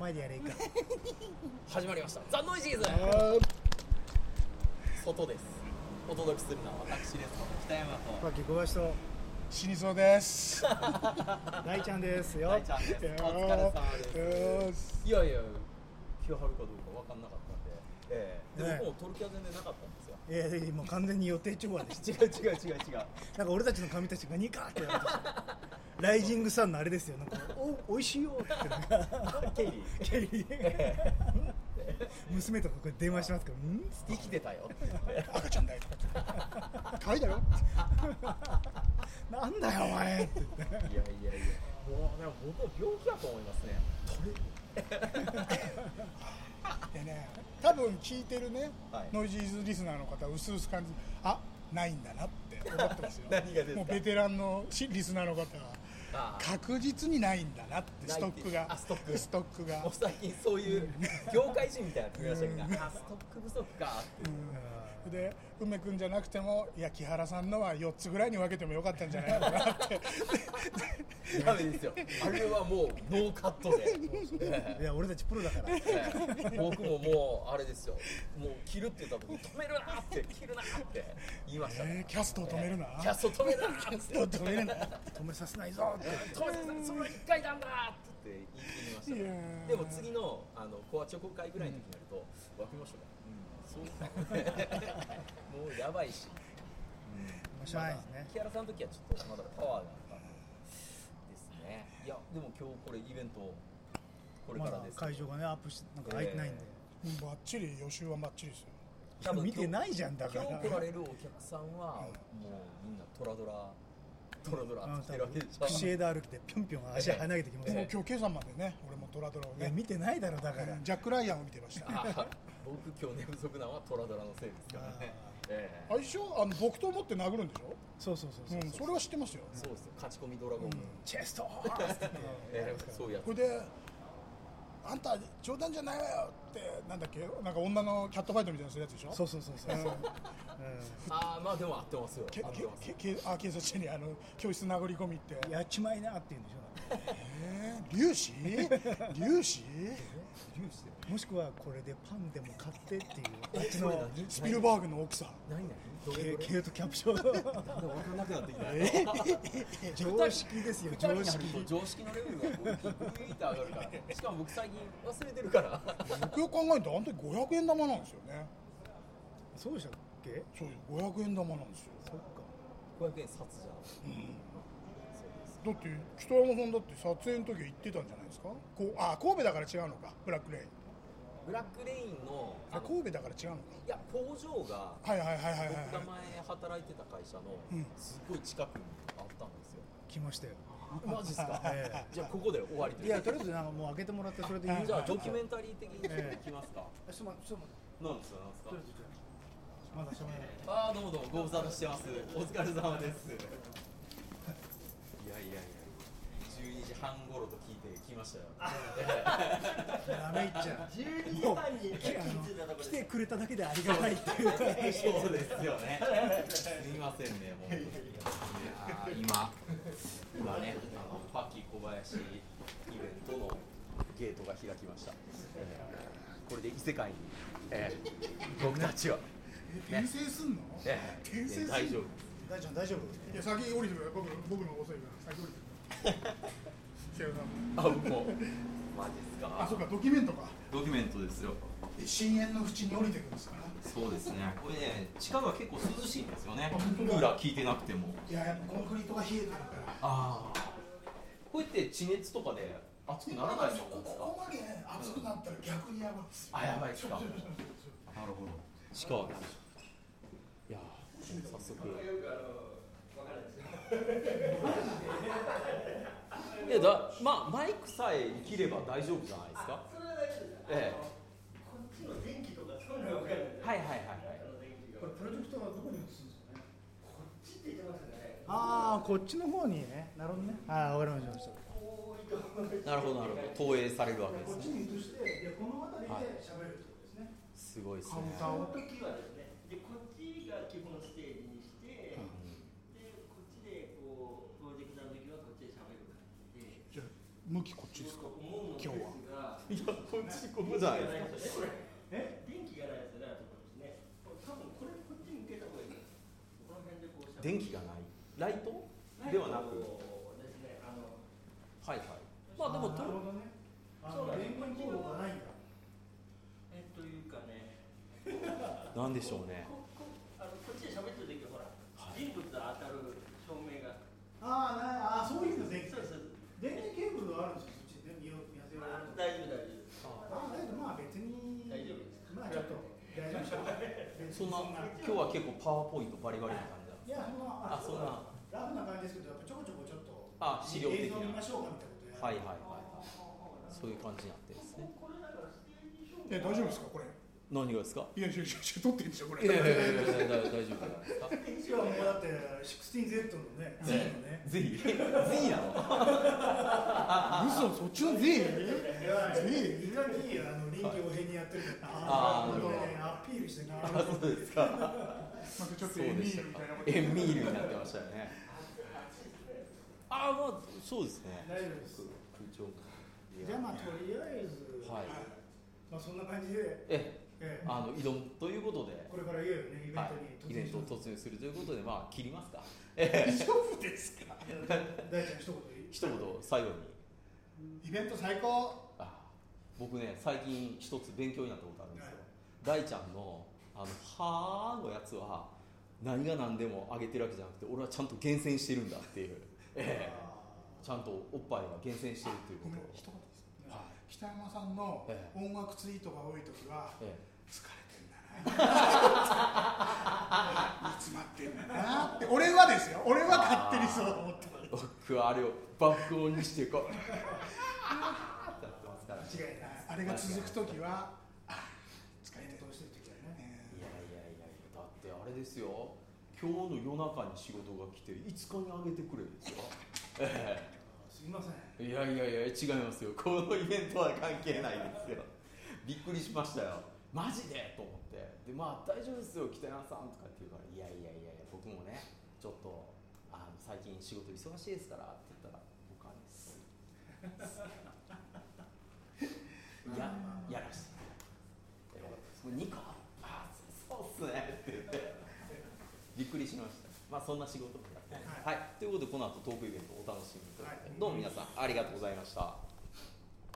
前でやれいか始まりましたザ・ノイジーズ外です。お届けするのは私です北山とパキ小林と死にそうです。 大ちゃんですよ。 大ちゃんです。お疲れ様です。いやいや気が張るかどうか分かんなかったんで、でももうトルキは全然なかったんですよ。 もう完全に予定調和でした。 違うなんか俺たちの髪たちがニカーってやられてたライジングサンのあれですよ。なんかおいしいよってなんかケイリー娘とかこう電話しますから、 生きてたよ赤ちゃんだよとか可愛いだろなんだよお前って言っていやもうでも僕も病気だと思いますね。 でね、多分聞いてるね、 はいノイジーズリスナーの方は薄々感じ、ないんだなって思ってますよ何がですか。 もうベテランのリスナーの方は確実にないんだなってストックがストックがもう最近そういう業界人みたいなの言いましたけど、ストック不足かってで梅君じゃなくても、いや木原さんのは4つぐらいに分けてもよかったんじゃないのかなってダメですよ。あれはもうノーカットでいや俺たちプロだから、 僕ももうあれですよ。もう切るって言った時止めるなって切るなって言いましたね。 キャストを止めるな、 キャスト止めるなってキャストを止めるな止めさせないぞって止めさせない、それは1回なんだって言いましたね。でも次のコアチョコ会ぐらいの時になると分けましょうか。そうかもうやばいし、 しゃあないですね。 木原さんの時はちょっとまだパワーがあったですね。いやでも今日これイベントこれからです、 まだ会場がねアップしてなんか空いてないんで、 バッチリ予習はバッチリですよ。 多分見てないじゃんだから。 今日来られるお客さんはもうみんなトラドラって来てるわけでしょ。 クシエダ歩きでぴょんぴょん足跳ね上げてきますよ。 今日今朝までね、俺もトラドラをね見てないだろだから。 ジャック・ライアンを見てました僕今日寝不足なのはトラドラのせいですからね。 あれでしょ、木刀持って殴るんでしょ。 そう、 それは知ってますよ。 そうですよ。勝ち込みドラゴン、 チェストそういうやつ。 これであんた冗談じゃないわよってなんだっけ、なんか女のキャットファイトみたいなするやつでしょ。 そうまあでも合ってますよ。 警察署に教室殴り込みってやっちまいなって言うんでしょ。 粒子もしくはこれでパンでも買ってっていうあっちのスピルバーグの奥さんケイトキャンプ場分かんなくなってきた。 常識ですよ。常識のレベルがグイーって上がるから。しかも僕最近忘れてるから。 よくよく考えるとあの時500円玉なんですよね。 そうでしたっけ。 そういう500円玉なんですよ。 そっか 500円札じゃん。 だって北山さんだって撮影の時は行ってたんじゃないですか。神戸だから違うのか。ブラックレインの神戸だから違うのか。 いや工場が僕が前働いてた会社のすごい近くにあったんですよ。 来ましたよ。 マジですか。じゃあここで終わりという。 いやとりあえずなんかもう開けてもらってそれでいい。 じゃあドキュメンタリー的に行きますか。 ちょっとなんですか。 まだしゃべらない。 どうもご無沙汰してます。お疲れ様です。いや12時半頃と聞いてきましたよ。 ダメいっちゃう。 12時半に来てくれただけでありがたいっていう。 そうですよね。すみませんね、もう。今ね、パキ小林イベントのゲートが開きました。これで異世界に、僕たちは転生すんの？ 大丈夫。 大ちゃん大丈夫？ いや先降りてくれ。僕の遅いから先降りてくれ。 僕もマジですか。 そうか、ドキュメントか。 ドキュメントですよ。 深淵の淵に降りてくるんですから。 そうですね。これね、地下が結構涼しいんですよね。クーラー効いてなくても。 いや、やっぱコンクリートが冷えてるから。 こうやって地熱とかで熱くならないものなんですか。 ここまで熱くなったら逆にやばいですよ。 やばいですか。なるほど。地下は。いや、早速。マイクさえ生きれば大丈夫じゃないですか。 それは大丈夫です。こっちの電気とかそういうの分かる。 これプロジェクトはどこに映すんですかね。 こっちって言ってましたね。 こっちの方にね。なるほどね。わかりました。 なるほど投影されるわけですね。 こっちに移してこの辺りで喋るってことですね。 すごいですね。 その時はですね。でこっちが基本ステージにして、でこっちでこうプロジェクターの時はこっちで喋る感じで。 じゃあ向きこっちですか。今日は。 いやこっちここじゃないですか。 電気がないやつだと思うんですね。多分これこっちに向けた方がいい。この辺でこう。 電気がない。ライトではなく。 ですね。 はいはい。まあでもなるほどね。電源コードがないんだ。 というかね。 なんでしょうね。 こっちで喋ってる時ほら、人物が当たる照明が。 そういうの電気。 そうそう。 電源ケーブルがあるんですよ。そっちで見せられる。 大丈夫大丈夫。 まあ別に大丈夫です。 まあちょっと大丈夫。 そんな今日は結構パワーポイントバリバリな感じなんですか。 いやそんなそんなラフな感じですけど、やっぱちょこちょこちょっと資料的な。 映像見ましょうかみたいなことやる。 はいはいはいはい。そういう感じになってるんですね。 大丈夫ですかこれ？ 何がですか？ いや撮ってんでしょこれ。 いや大丈夫ですか？ いやもうだって 16Z のね、Z のね。 Z なの？ 嘘、そっちの Z？ いかに臨機応変にやってるか。アピールしてな。 そうですか。 またちょっとエミールみたいなこと。 エミールになってましたよね。まあそうですね。 大丈夫です。 空調。 じゃあまあとりあえず、 はい。 まあそんな感じで。 挑むということで、 これからいよいよねイベントに突入するということで、まあ切りますか。 大丈夫ですか？ 大ちゃん一言最後に。 イベント最高。 僕ね最近一つ勉強になったことあるんですよ。大ちゃんのはーのやつは何が何でも上げてるわけじゃなくて、俺はちゃんと厳選してるんだっていう。ちゃんとおっぱいは厳選してるっていうことを。 一言です。北山さんの音楽ツイートが多いときは、疲れてんだな、煮詰まってんだなって、俺はですよ、俺は勝手にそう思ってます。 僕はあれを爆音にしてこうってやってますから。 間違いない。 あれが続くときは疲れてどうしてる時はね。 いやだってあれですよ、今日の夜中に仕事が来て5日にあげてくれるんですよ。 すいません。 いや違いますよ。このイベントは関係ないですよ。びっくりしましたよ。マジでと思って。で大丈夫ですよ北山さんとかって言うから、いや僕もねちょっと最近仕事忙しいですからって言ったら、僕はですやらして2個そうっすねって言ってびっくりしました。そんな仕事もやって、はい、ということでこの後トークイベントお楽しみにということで、どうも皆さんありがとうございました。